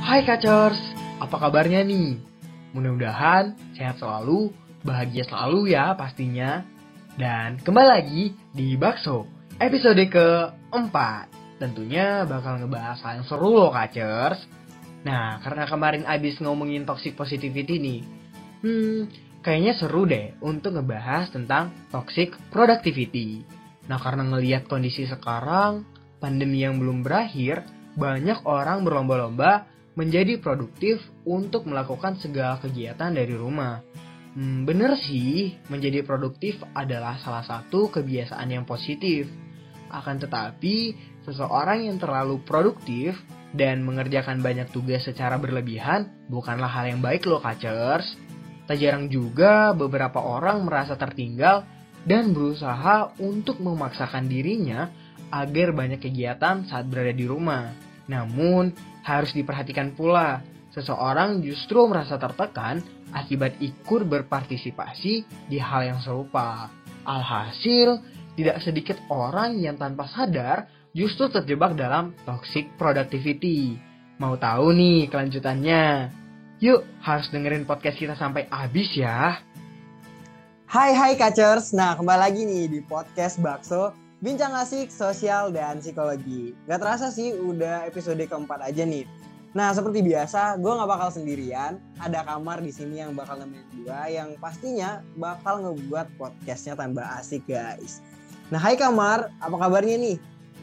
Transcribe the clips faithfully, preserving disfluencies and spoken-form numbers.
Hai Kacers, apa kabarnya nih? Mudah-mudahan sehat selalu, bahagia selalu ya pastinya. Dan kembali lagi di Bakso, episode keempat. Tentunya bakal ngebahas hal yang seru loh Kacers. Nah, karena kemarin abis ngomongin toxic positivity nih, hmm, kayaknya seru deh untuk ngebahas tentang toxic productivity. Nah, karena ngelihat kondisi sekarang, pandemi yang belum berakhir, banyak orang berlomba-lomba menjadi produktif untuk melakukan segala kegiatan dari rumah. Hmm, bener sih, menjadi produktif adalah salah satu kebiasaan yang positif. Akan tetapi, seseorang yang terlalu produktif dan mengerjakan banyak tugas secara berlebihan bukanlah hal yang baik loh Kacers. Tak jarang juga beberapa orang merasa tertinggal dan berusaha untuk memaksakan dirinya agar banyak kegiatan saat berada di rumah. Namun, harus diperhatikan pula, seseorang justru merasa tertekan akibat ikut berpartisipasi di hal yang serupa. Alhasil, tidak sedikit orang yang tanpa sadar justru terjebak dalam toxic productivity. Mau tahu nih kelanjutannya? Yuk, harus dengerin podcast kita sampai habis ya. Hai hai Kacers, nah kembali lagi nih di podcast Bakso, bincang asik, sosial, dan psikologi. Gak terasa sih udah episode keempat aja nih. Nah seperti biasa, gue gak bakal sendirian, ada Kamar di sini yang bakal nemenin gue, yang pastinya bakal ngebuat podcastnya tambah asik guys. Nah hai Kamar, apa kabarnya nih?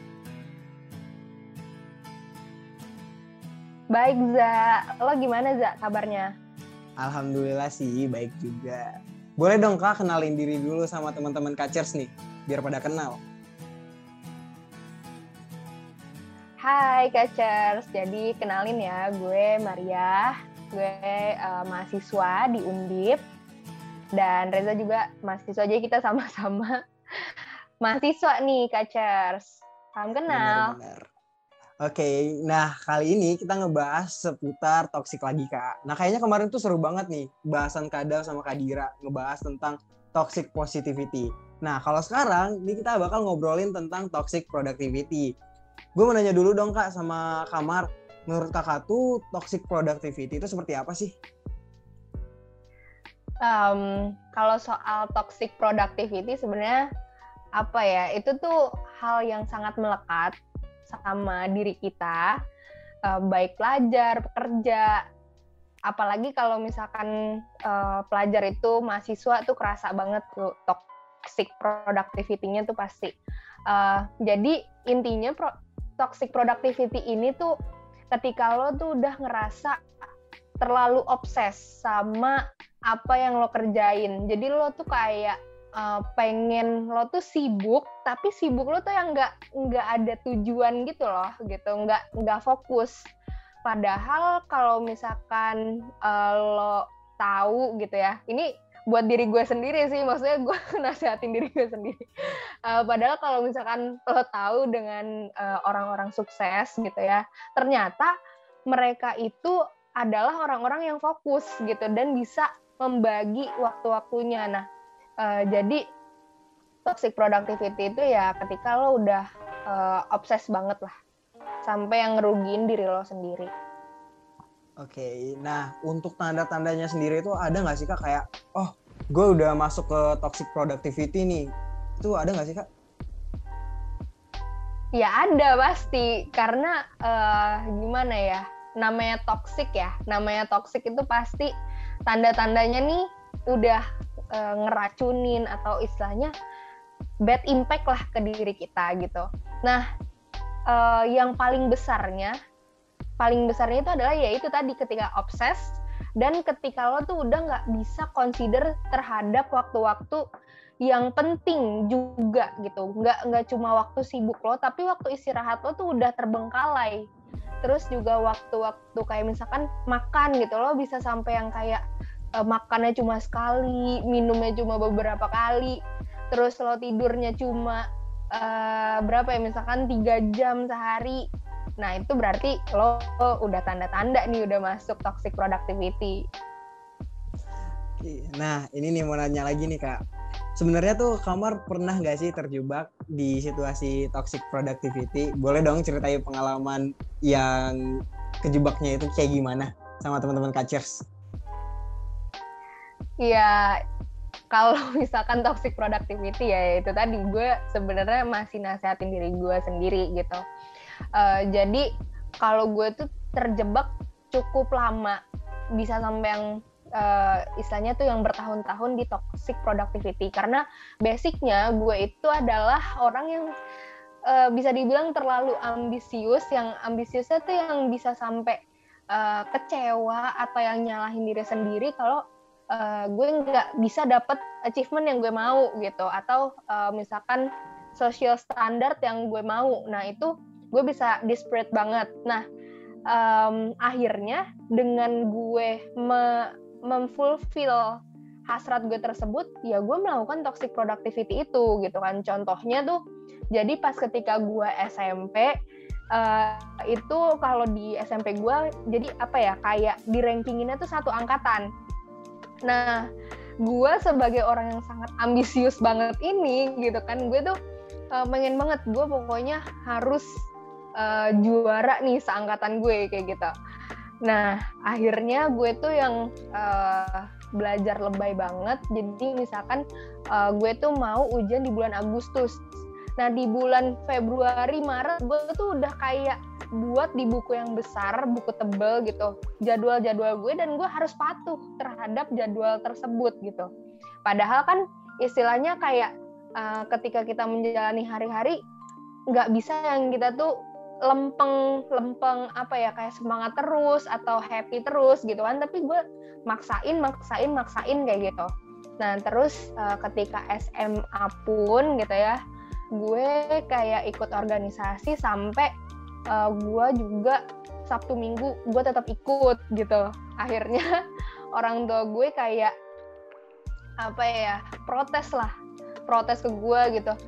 Baik Za, lo gimana Za kabarnya? Alhamdulillah sih, baik juga. Boleh dong Kak kenalin diri dulu sama teman-teman Kacers nih, biar pada kenal. Hai Kacers, jadi kenalin ya, gue Maria, gue uh, mahasiswa di Undip, dan Reza juga mahasiswa, jadi kita sama-sama mahasiswa nih Kacers. Salam kenal. Benar-benar. Oke, nah kali ini kita ngebahas seputar toxic lagi Kak. Nah kayaknya kemarin tuh seru banget nih bahasan Kadal sama Kadira ngebahas tentang toxic positivity. Nah kalau sekarang ini kita bakal ngobrolin tentang toxic productivity. Gue mau nanya dulu dong Kak sama Kamar, menurut Kakak tuh toxic productivity itu seperti apa sih? Um, kalau soal toxic productivity sebenarnya apa ya? Itu tuh hal yang sangat melekat sama diri kita, uh, baik pelajar, pekerja, apalagi kalau misalkan uh, pelajar itu mahasiswa tuh kerasa banget tuh toxic productivity-nya tuh pasti. Uh, jadi intinya pro- toxic productivity ini tuh ketika lo tuh udah ngerasa terlalu obses sama apa yang lo kerjain. Jadi lo tuh kayak Uh, pengen lo tuh sibuk, tapi sibuk lo tuh yang nggak nggak ada tujuan gitu loh, gitu, nggak nggak fokus. Padahal kalau misalkan uh, lo tahu gitu ya, ini buat diri gue sendiri sih, maksudnya gue nasihatin diri gue sendiri. Uh, padahal kalau misalkan lo tahu dengan uh, orang-orang sukses gitu ya, ternyata mereka itu adalah orang-orang yang fokus gitu dan bisa membagi waktu-waktunya. Nah, Uh, jadi toxic productivity itu ya ketika lo udah uh, obses banget lah sampai yang ngerugiin diri lo sendiri. Oke, nah untuk tanda-tandanya sendiri itu ada nggak sih Kak kayak oh gue udah masuk ke toxic productivity nih, itu ada nggak sih Kak? Ya ada pasti, karena uh, gimana ya, namanya toxic ya, namanya toxic itu pasti tanda-tandanya nih udah Uh, ngeracunin atau istilahnya bad impact lah ke diri kita gitu. Nah, uh, yang paling besarnya, paling besarnya itu adalah ya itu tadi ketika obses dan ketika lo tuh udah nggak bisa consider terhadap waktu-waktu yang penting juga gitu. Nggak nggak cuma waktu sibuk lo, tapi waktu istirahat lo tuh udah terbengkalai. Terus juga waktu-waktu kayak misalkan makan gitu, lo bisa sampai yang kayak Uh, makannya cuma sekali, minumnya cuma beberapa kali, terus lo tidurnya cuma uh, berapa ya, misalkan tiga jam sehari. Nah itu berarti lo, lo udah tanda-tanda nih udah masuk toxic productivity. Nah ini nih mau nanya lagi nih Kak, sebenarnya tuh Kamar pernah nggak sih terjebak di situasi toxic productivity? Boleh dong ceritain pengalaman yang kejebaknya itu kayak gimana sama teman-teman Kacers? Iya, kalau misalkan toxic productivity ya itu tadi gue sebenarnya masih nasehatin diri gue sendiri gitu. Uh, jadi kalau gue tuh terjebak cukup lama, bisa sampai yang uh, istilahnya tuh yang bertahun-tahun di toxic productivity, karena basicnya gue itu adalah orang yang uh, bisa dibilang terlalu ambisius, yang ambisiusnya tuh yang bisa sampai uh, kecewa atau yang nyalahin diri sendiri kalau Uh, gue nggak bisa dapet achievement yang gue mau gitu, atau uh, misalkan social standard yang gue mau. Nah itu gue bisa desperate banget. Nah um, akhirnya dengan gue me- memfulfill hasrat gue tersebut, ya gue melakukan toxic productivity itu gitu kan. Contohnya tuh, jadi pas ketika gue S M P uh, itu kalau di S M P gue jadi apa ya, kayak di rankinginnya tuh satu angkatan. Nah, gue sebagai orang yang sangat ambisius banget ini, gitu kan, gue tuh uh, pengen banget, gue pokoknya harus uh, juara nih seangkatan gue, kayak gitu. Nah, akhirnya gue tuh yang uh, belajar lebay banget, jadi misalkan uh, gue tuh mau ujian di bulan Agustus. Nah, di bulan Februari, Maret, gue tuh udah kayak buat di buku yang besar, buku tebel gitu, jadwal-jadwal gue, dan gue harus patuh terhadap jadwal tersebut gitu. Padahal kan istilahnya kayak uh, ketika kita menjalani hari-hari, nggak bisa yang kita tuh lempeng-lempeng apa ya, kayak semangat terus atau happy terus gitu kan, tapi gue maksain, maksain, maksain kayak gitu. Nah terus uh, ketika S M A pun gitu ya, gue kayak ikut organisasi sampai Uh, gue juga Sabtu Minggu gue tetap ikut gitu. Akhirnya orang tua gue kayak apa ya, protes lah, protes ke gue gitu.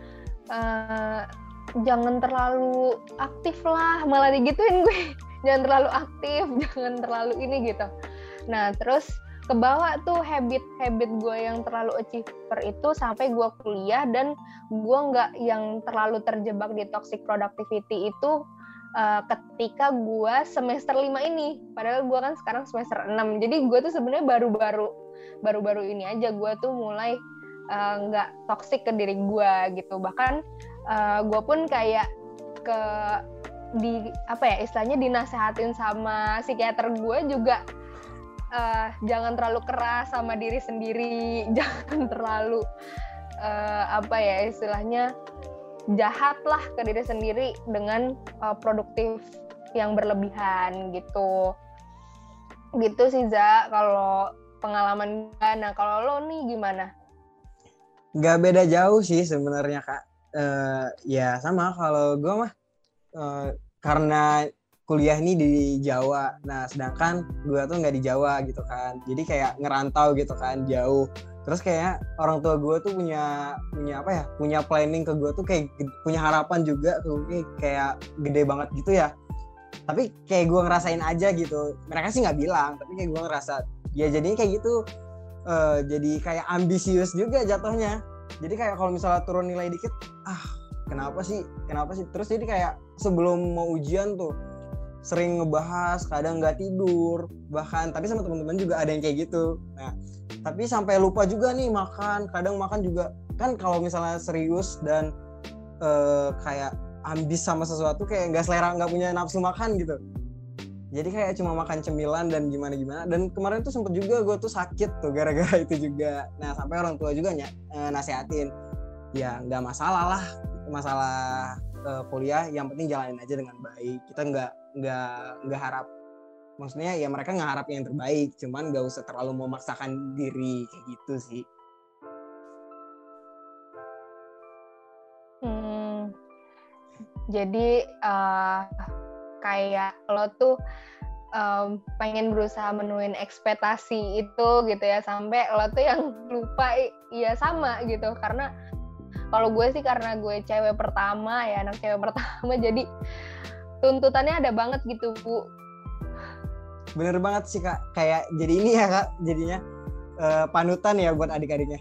Uh, jangan terlalu aktif lah, malah digituin gue. Jangan terlalu aktif, jangan terlalu ini gitu. Nah terus kebawa tuh habit-habit gue yang terlalu achiever itu sampai gue kuliah, dan gue nggak yang terlalu terjebak di toxic productivity itu Uh, ketika gue semester lima ini, padahal gue kan sekarang semester enam, jadi gue tuh sebenarnya baru-baru baru-baru ini aja gue tuh mulai nggak uh, toxic ke diri gue gitu. Bahkan uh, gue pun kayak ke di apa ya istilahnya dinasehatin sama psikiater gue juga, uh, jangan terlalu keras sama diri sendiri, jangan terlalu uh, apa ya istilahnya jahat lah ke diri sendiri dengan uh, produktif yang berlebihan gitu. Gitu sih Za, kalau pengalaman gue. Nah kalau lo nih gimana? Gak beda jauh sih sebenarnya Kak. Uh, ya sama, kalau gue mah uh, karena kuliah ini di Jawa, nah sedangkan gue tuh nggak di Jawa gitu kan, jadi kayak ngerantau gitu kan, jauh. Terus kayak orang tua gue tuh punya punya apa ya, punya planning ke gue tuh kayak punya harapan juga tuh, kayak gede banget gitu ya. Tapi kayak gue ngerasain aja gitu. Mereka sih nggak bilang, tapi kayak gue ngerasa ya jadinya kayak gitu. Uh, jadi kayak ambisius juga jatuhnya. Jadi kayak kalau misalnya turun nilai dikit, ah kenapa sih, kenapa sih? Terus jadi kayak sebelum mau ujian tuh sering ngebahas, kadang nggak tidur bahkan, tapi sama teman-teman juga ada yang kayak gitu. Nah tapi sampai lupa juga nih makan, kadang makan juga kan kalau misalnya serius dan uh, kayak ambis sama sesuatu, kayak nggak selera, nggak punya nafsu makan gitu, jadi kayak cuma makan cemilan dan gimana-gimana. Dan kemarin tuh sempet juga gue tuh sakit tuh gara-gara itu juga. Nah sampai orang tua juga ny- uh, nasehatin, ya nggak masalah lah, masalah uh, kuliah yang penting jalanin aja dengan baik, kita nggak nggak nggak harap, maksudnya ya mereka ngeharap yang terbaik, cuman gak usah terlalu memaksakan diri kayak gitu sih. Hmm, jadi uh, kayak lo tuh um, pengen berusaha menuhin ekspektasi itu gitu ya, sampai lo tuh yang lupa. Iya sama gitu, karena kalau gue sih karena gue cewek pertama ya, anak cewek pertama, jadi tuntutannya ada banget gitu Bu. Bener banget sih Kak, kayak jadi ini ya Kak, jadinya uh, panutan ya buat adik-adiknya.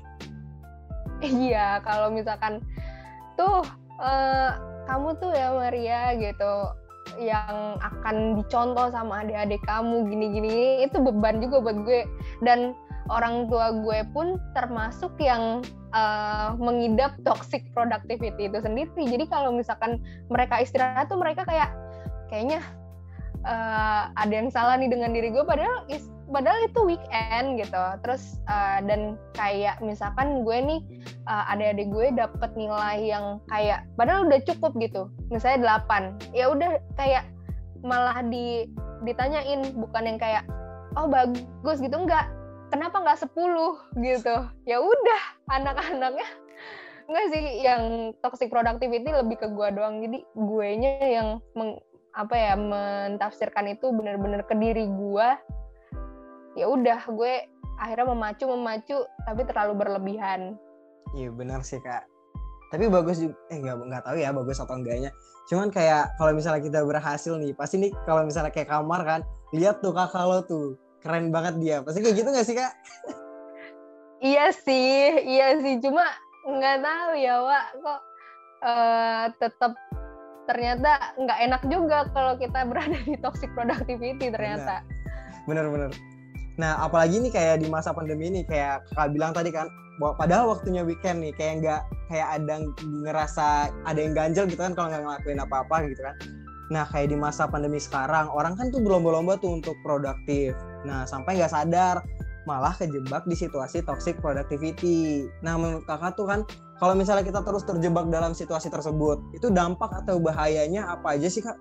Iya, kalau misalkan tuh uh, kamu tuh ya Maria gitu, yang akan dicontoh sama adik-adik kamu gini-gini, itu beban juga buat gue. Dan orang tua gue pun termasuk yang uh, mengidap toxic productivity itu sendiri. Jadi kalau misalkan mereka istirahat tuh mereka kayak kayaknya uh, ada yang salah nih dengan diri gue, padahal is, padahal itu weekend gitu. Terus uh, dan kayak misalkan gue nih uh, adik-adik gue dapet nilai yang kayak padahal udah cukup gitu, misalnya delapan, ya udah kayak malah di ditanyain, bukan yang kayak oh bagus gitu, enggak, kenapa nggak sepuluh gitu. Ya udah, anak-anaknya enggak sih, yang toxic productivity lebih ke gue doang. Jadi guenya yang meng, apa ya mentafsirkan itu benar-benar ke diri gue. Ya udah, gue akhirnya memacu memacu tapi terlalu berlebihan. Iya benar sih Kak. Tapi bagus juga, eh nggak nggak tahu ya bagus atau enggaknya. Cuman kayak kalau misalnya kita berhasil nih, pasti nih kalau misalnya kayak kamar kan, lihat tuh kakak lo tuh keren banget dia. Pasti kayak gitu nggak sih Kak? Iya sih, iya sih. Cuma nggak tahu ya Wak, kok uh, tetap ternyata nggak enak juga kalau kita berada di toxic productivity ternyata. Bener-bener. Nah, apalagi nih kayak di masa pandemi ini, kayak kakak bilang tadi kan, bahwa padahal waktunya weekend nih, kayak nggak, kayak ada ngerasa ada yang ganjel gitu kan kalau nggak ngelakuin apa-apa gitu kan. Nah, kayak di masa pandemi sekarang, orang kan tuh berlomba-lomba tuh untuk produktif. Nah, sampai nggak sadar, malah kejebak di situasi toxic productivity. Nah, menurut kakak tuh kan, kalau misalnya kita terus terjebak dalam situasi tersebut, itu dampak atau bahayanya apa aja sih Kak?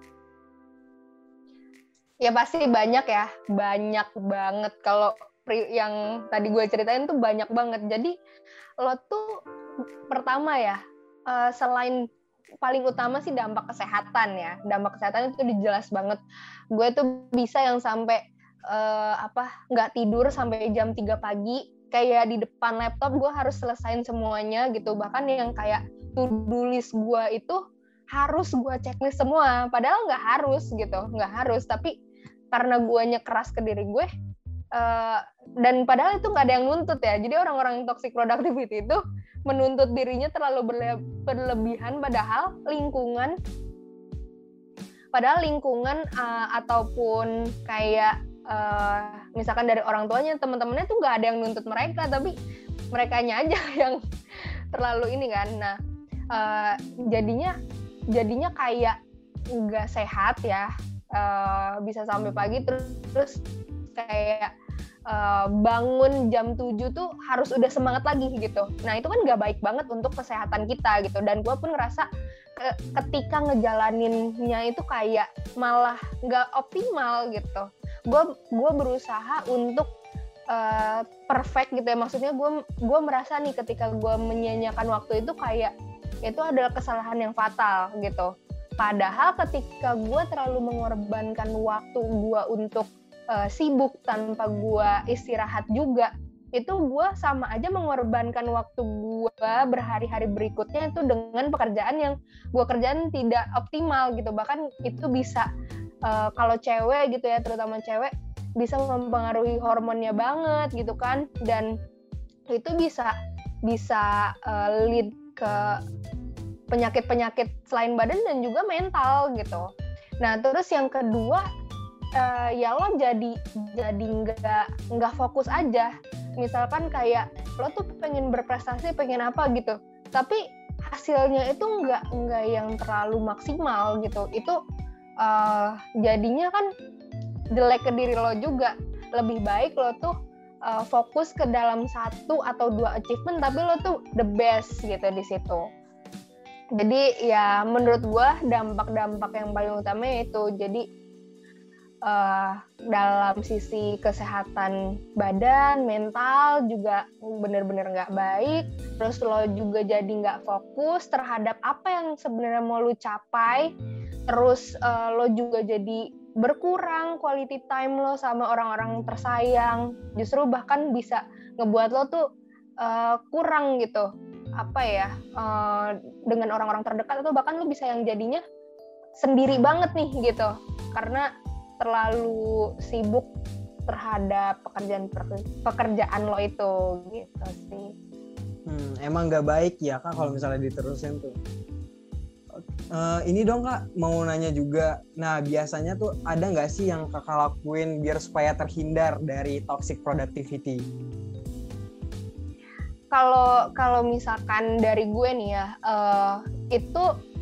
Ya pasti banyak ya, banyak banget. Kalau yang tadi gue ceritain tuh banyak banget. Jadi lo tuh pertama ya, uh, selain paling utama sih dampak kesehatan ya. Dampak kesehatan itu jelas banget. Gue tuh bisa yang sampai uh, apa nggak tidur sampai jam tiga pagi. Kayak di depan laptop gue harus selesain semuanya gitu. Bahkan yang kayak to-do list gue itu harus gue checklist semua. Padahal nggak harus gitu, nggak harus. Tapi karena guanya keras ke diri gue, uh, dan padahal itu nggak ada yang nuntut ya. Jadi orang-orang toxic productivity itu menuntut dirinya terlalu berle- berlebihan, padahal lingkungan, padahal lingkungan uh, ataupun kayak uh, misalkan dari orang tuanya, teman-temannya tuh nggak ada yang nuntut mereka, tapi merekanya aja yang terlalu ini kan. Nah, uh, jadinya jadinya kayak nggak sehat ya. Uh, bisa sampai pagi terus, terus kayak uh, bangun jam tujuh tuh harus udah semangat lagi gitu. Nah itu kan nggak baik banget untuk kesehatan kita gitu. Dan gue pun ngerasa ke- ketika ngejalaninnya itu kayak malah nggak optimal gitu. Gue gue berusaha untuk uh, perfect gitu ya. Maksudnya gue gue merasa nih ketika gue menyia-nyiakan waktu itu kayak itu adalah kesalahan yang fatal gitu. Padahal ketika gue terlalu mengorbankan waktu gue untuk uh, sibuk tanpa gue istirahat juga, itu gue sama aja mengorbankan waktu gue berhari-hari berikutnya itu dengan pekerjaan yang gue kerjaan tidak optimal gitu. Bahkan itu bisa, uh, kalau cewek gitu ya, terutama cewek, bisa mempengaruhi hormonnya banget gitu kan. Dan itu bisa, bisa uh, lead ke penyakit-penyakit selain badan dan juga mental gitu. Nah terus yang kedua uh, ya lo jadi jadi nggak nggak fokus aja. Misalkan kayak lo tuh pengen berprestasi, pengen apa gitu, tapi hasilnya itu nggak nggak yang terlalu maksimal gitu. Itu uh, jadinya kan jelek ke diri lo juga. Lebih baik lo tuh uh, fokus ke dalam satu atau dua achievement, tapi lo tuh the best gitu di situ. Jadi ya menurut gue dampak-dampak yang paling utama itu jadi uh, dalam sisi kesehatan badan, mental juga benar-benar nggak baik. Terus lo juga jadi nggak fokus terhadap apa yang sebenarnya mau lo capai. Terus uh, lo juga jadi berkurang quality time lo sama orang-orang tersayang. Justru bahkan bisa ngebuat lo tuh uh, kurang gitu. Apa ya, uh, dengan orang-orang terdekat, atau bahkan lo bisa yang jadinya sendiri banget nih gitu karena terlalu sibuk terhadap pekerjaan pekerjaan lo itu gitu sih. Hmm, emang nggak baik ya Kak kalau misalnya diterusin tuh. Uh, ini dong Kak, mau nanya juga. Nah, biasanya tuh ada nggak sih yang Kakak lakuin biar supaya terhindar dari toxic productivity? Kalau kalau misalkan dari gue nih ya, uh, itu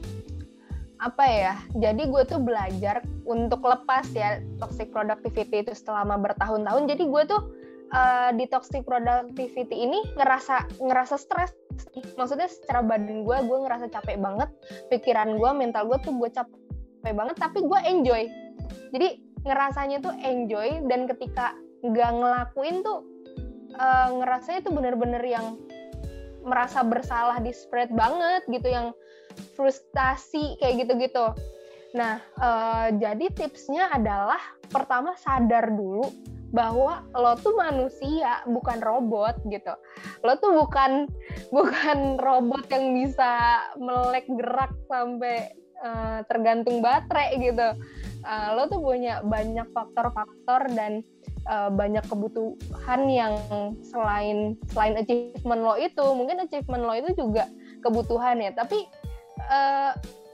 apa ya? Jadi gue tuh belajar untuk lepas ya toxic productivity itu selama bertahun-tahun. Jadi gue tuh uh, di toxic productivity ini ngerasa ngerasa stres. Maksudnya secara badan gue, gue ngerasa capek banget, pikiran gue, mental gue tuh gue capek banget, tapi gue enjoy. Jadi ngerasanya tuh enjoy, dan ketika nggak ngelakuin tuh uh, ngerasanya tuh bener-bener yang merasa bersalah, desperate banget gitu, yang frustasi kayak gitu-gitu. Nah, uh, jadi tipsnya adalah pertama sadar dulu bahwa lo tuh manusia, bukan robot gitu. Lo tuh bukan bukan robot yang bisa melek gerak sampai uh, tergantung baterai gitu. Uh, lo tuh punya banyak faktor-faktor dan uh, banyak kebutuhan yang selain selain achievement lo itu, mungkin achievement lo itu juga kebutuhan ya. Tapi uh,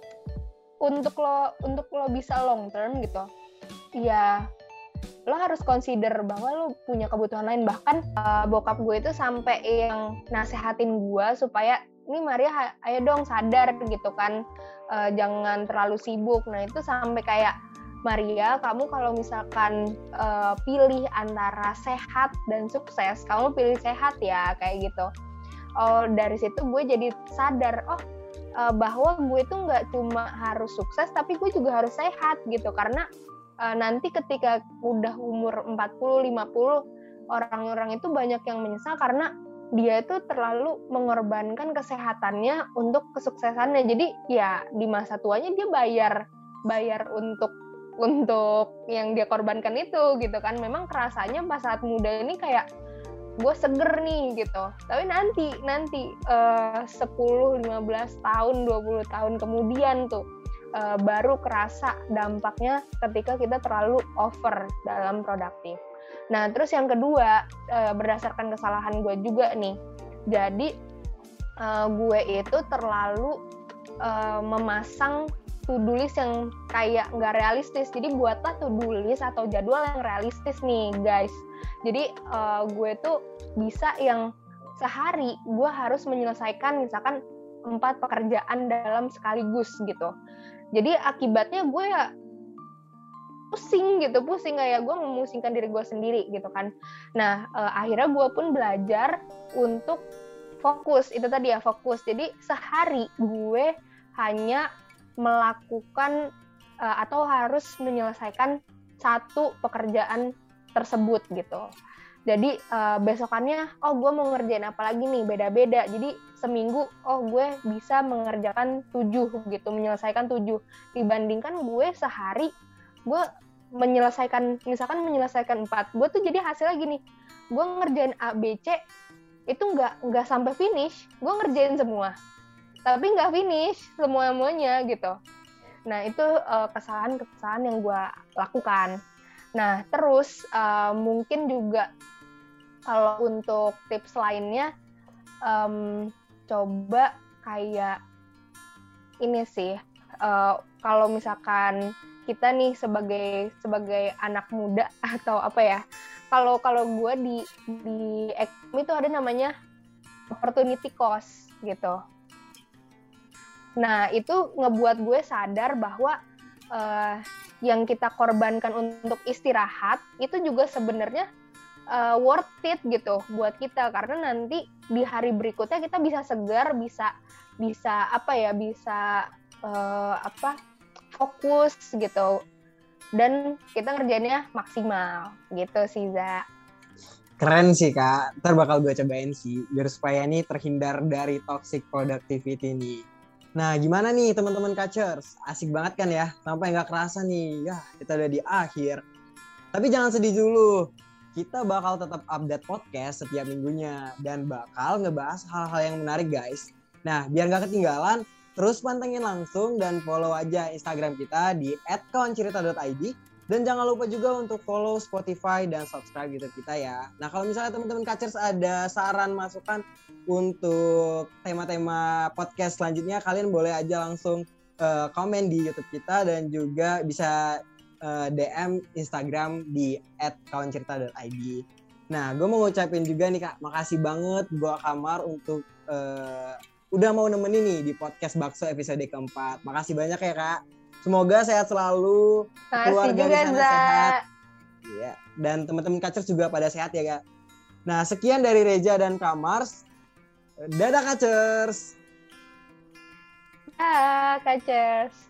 untuk lo untuk lo bisa long term gitu, ya lo harus consider bahwa lo punya kebutuhan lain. Bahkan uh, bokap gue itu sampai yang nasehatin gue supaya ini Maria ayo dong sadar gitu kan, uh, jangan terlalu sibuk. Nah itu sampai kayak, Maria kamu kalau misalkan uh, pilih antara sehat dan sukses, kamu pilih sehat ya, kayak gitu. Oh, dari situ gue jadi sadar, oh uh, bahwa gue tuh nggak cuma harus sukses, tapi gue juga harus sehat gitu. Karena Uh, nanti ketika udah umur empat puluh lima puluh, orang-orang itu banyak yang menyesal karena dia itu terlalu mengorbankan kesehatannya untuk kesuksesannya. Jadi ya di masa tuanya dia bayar bayar untuk untuk yang dia korbankan itu gitu kan. Memang kerasanya pas saat muda ini kayak gue seger nih gitu. Tapi nanti nanti uh, sepuluh lima belas tahun, dua puluh tahun kemudian tuh Uh, baru kerasa dampaknya ketika kita terlalu over dalam produktif. Nah, terus yang kedua, uh, berdasarkan kesalahan gue juga nih. Jadi, uh, gue itu terlalu uh, memasang to-do list yang kayak nggak realistis. Jadi, buatlah to-do list atau jadwal yang realistis nih, guys. Jadi, uh, gue tuh bisa yang sehari gue harus menyelesaikan misalkan empat pekerjaan dalam sekaligus gitu. Jadi akibatnya gue ya pusing gitu, pusing kayak gue memusingkan diri gue sendiri gitu kan. Nah eh, akhirnya gue pun belajar untuk fokus, itu tadi ya fokus. Jadi sehari gue hanya melakukan eh, atau harus menyelesaikan satu pekerjaan tersebut gitu. Jadi uh, besokannya, oh gue mau ngerjain apa lagi nih, beda-beda. Jadi seminggu, oh gue bisa mengerjakan tujuh gitu, menyelesaikan tujuh. Dibandingkan gue sehari, gue menyelesaikan, misalkan menyelesaikan empat. Gue tuh jadi hasilnya gini, gue ngerjain A, B, C, itu nggak nggak sampai finish. Gue ngerjain semua, tapi nggak finish semua-muanya gitu. Nah itu uh, kesalahan-kesalahan yang gue lakukan. Nah, terus uh, mungkin juga kalau untuk tips lainnya, um, coba kayak ini sih, uh, kalau misalkan kita nih sebagai sebagai anak muda atau apa ya, kalau kalau gue di di ekonomi itu ada namanya opportunity cost gitu. Nah, itu ngebuat gue sadar bahwa uh, yang kita korbankan untuk istirahat itu juga sebenarnya uh, worth it gitu buat kita, karena nanti di hari berikutnya kita bisa segar, bisa bisa apa ya, bisa uh, apa fokus gitu, dan kita ngerjainnya maksimal gitu sih, Za. Keren sih Kak, ntar bakal gue cobain sih biar supaya nih terhindar dari toxic productivity nih. Nah, gimana nih teman-teman Kacers? Asik banget kan ya? Sampai nggak kerasa nih, ya kita udah di akhir. Tapi jangan sedih dulu. Kita bakal tetap update podcast setiap minggunya dan bakal ngebahas hal-hal yang menarik guys. Nah, biar nggak ketinggalan, terus pantengin langsung dan follow aja Instagram kita di et kawan cerita dot i d. Dan jangan lupa juga untuk follow Spotify dan subscribe YouTube kita ya. Nah, kalau misalnya teman-teman Kacers ada saran, masukan untuk tema-tema podcast selanjutnya, kalian boleh aja langsung uh, komen di YouTube kita dan juga bisa uh, D M Instagram di et kawan cerita dot i d. Nah, gue mau ngucapin juga nih Kak, makasih banget gue Kamar untuk uh, udah mau nemenin nih di podcast Bakso episode keempat. Makasih banyak ya Kak. Semoga sehat selalu, keluarga di sana sehat. Iya, dan teman-teman Kacers juga pada sehat ya Kak. Nah, sekian dari Reja dan Kamars. Dadah Kacers. Dadah Kacers.